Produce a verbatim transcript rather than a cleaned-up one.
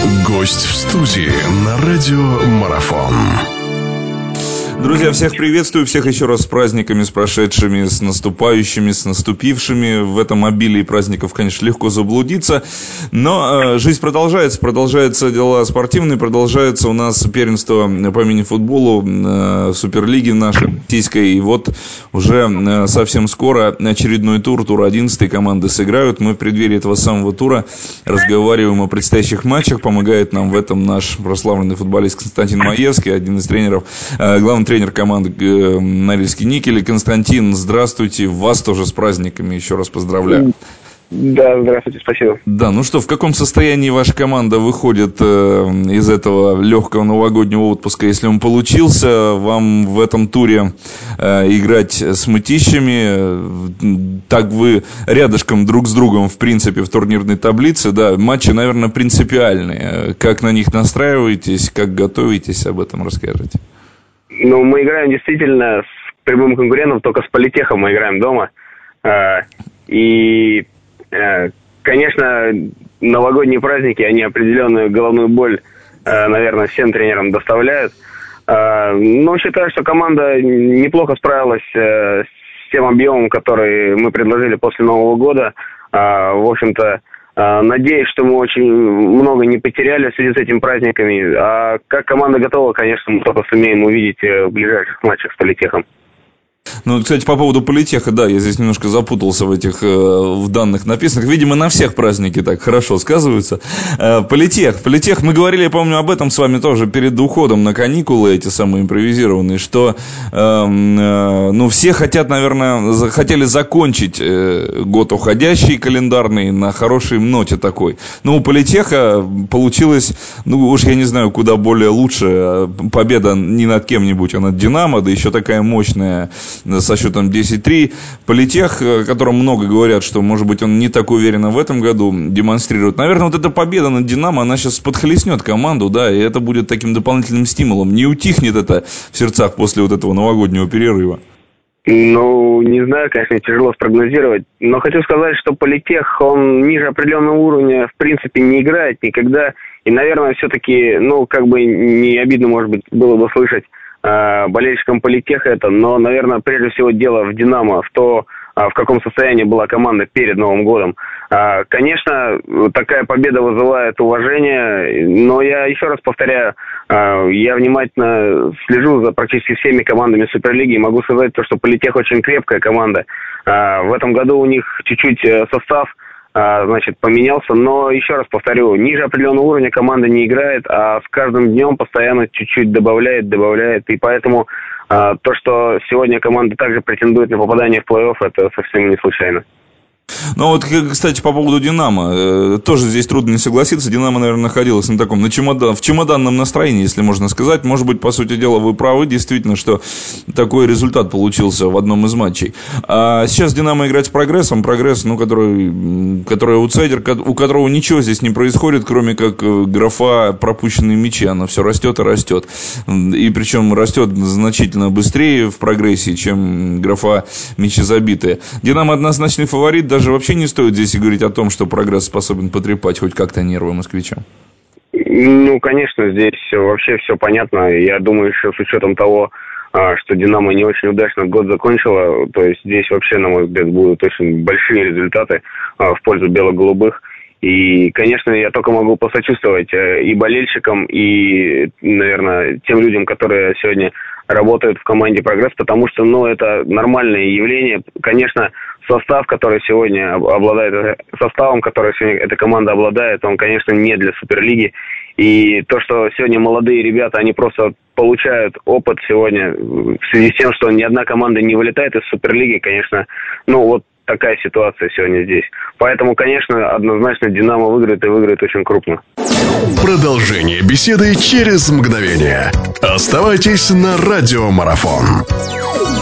Гость в студии на радио Марафон. Друзья, всех приветствую, всех еще раз с праздниками, с прошедшими, с наступающими, с наступившими. В этом обилии праздников, конечно, легко заблудиться, но э, жизнь продолжается, продолжаются дела спортивные, продолжается у нас первенство по мини-футболу э, Суперлиги нашей российской. И вот уже э, совсем скоро очередной тур, тур одиннадцатый, команды сыграют. Мы в преддверии этого самого тура разговариваем о предстоящих матчах. Помогает нам в этом наш прославленный футболист Константин Маевский, один из тренеров, э, главный тренер команды э, Норильский Никель. Константин, здравствуйте, вас тоже с праздниками, еще раз поздравляю. Да, здравствуйте, спасибо. Да, ну что, в каком состоянии ваша команда выходит э, из этого легкого новогоднего отпуска, если он получился? Вам в этом туре э, играть с мытищами, так вы рядышком друг с другом, в принципе, в турнирной таблице, да, матчи, наверное, принципиальные. Как на них настраиваетесь, как готовитесь, об этом расскажите. Ну, мы играем действительно с прямым конкурентом, только с Политехом мы играем дома. И, конечно, новогодние праздники, они определенную головную боль, наверное, всем тренерам доставляют. Но считаю, что команда неплохо справилась с тем объемом, который мы предложили после Нового года. В общем-то, надеюсь, что мы очень много не потеряли в связи с этими праздниками. А как команда готова, конечно, мы только сумеем увидеть в ближайших матчах с Политехом. Ну, кстати, по поводу Политеха, да, я здесь немножко запутался в этих, в данных написанных. Видимо, на всех праздники так хорошо сказываются. Политех, Политех, мы говорили, я помню, об этом с вами тоже перед уходом на каникулы, эти самые импровизированные, что, э, ну, все хотят, наверное, хотели закончить год уходящий календарный на хорошей ноте такой. Но у Политеха получилось, ну, уж я не знаю, куда более лучше. Победа не над кем-нибудь, а над Динамо, да еще такая мощная, со счетом десять три. Политех, о котором много говорят, что, может быть, он не так уверенно в этом году демонстрирует. Наверное, вот эта победа над Динамо, она сейчас подхлестнет команду, да, и это будет таким дополнительным стимулом. Не утихнет это в сердцах после вот этого новогоднего перерыва. Ну, не знаю, конечно, тяжело спрогнозировать, но хочу сказать, что Политех, он ниже определенного уровня, в принципе, не играет никогда, и, наверное, все-таки, ну, как бы не обидно, может быть, было бы слышать болельщикам Политеха это, но, наверное, прежде всего дело в Динамо, в то, в каком состоянии была команда перед Новым годом. Конечно, такая победа вызывает уважение, но я еще раз повторяю, я внимательно слежу за практически всеми командами Суперлиги и могу сказать то, что Политех очень крепкая команда. В этом году у них чуть-чуть состав, значит, поменялся, но еще раз повторю, ниже определенного уровня команда не играет, а с каждым днем постоянно чуть-чуть добавляет, добавляет, и поэтому а, то, что сегодня команда также претендует на попадание в плей-офф, это совсем не случайно. Ну вот, кстати, по поводу Динамо, тоже здесь трудно не согласиться. Динамо, наверное, находилась на таком, на чемодан, в чемоданном настроении, если можно сказать. Может быть, по сути дела, вы правы, действительно, что такой результат получился в одном из матчей. А сейчас Динамо играет с Прогрессом. Прогресс, ну, который, который аутсайдер, у которого ничего здесь не происходит, кроме как графа пропущенные мячи. Оно все растет и растет. И причем растет значительно быстрее в Прогрессе, чем графа мячи забитые. Динамо однозначный фаворит. Даже вообще не стоит здесь и говорить о том, что Прогресс способен потрепать хоть как-то нервы москвичам. Ну, конечно, здесь вообще все понятно. Я думаю, еще с учетом того, что Динамо не очень удачно год закончила, то есть здесь вообще, на мой взгляд, будут очень большие результаты в пользу бело-голубых. И, конечно, я только могу посочувствовать и болельщикам, и, наверное, тем людям, которые сегодня работают в команде «Прогресс», потому что, ну, это нормальное явление. Конечно, состав, который сегодня обладает, составом, который сегодня эта команда обладает, он, конечно, не для Суперлиги. И то, что сегодня молодые ребята, они просто получают опыт сегодня в связи с тем, что ни одна команда не вылетает из Суперлиги, конечно, ну, вот такая ситуация сегодня здесь. Поэтому, конечно, однозначно «Динамо» выиграет и выиграет очень крупно. Продолжение беседы через мгновение. Оставайтесь на радио Марафон.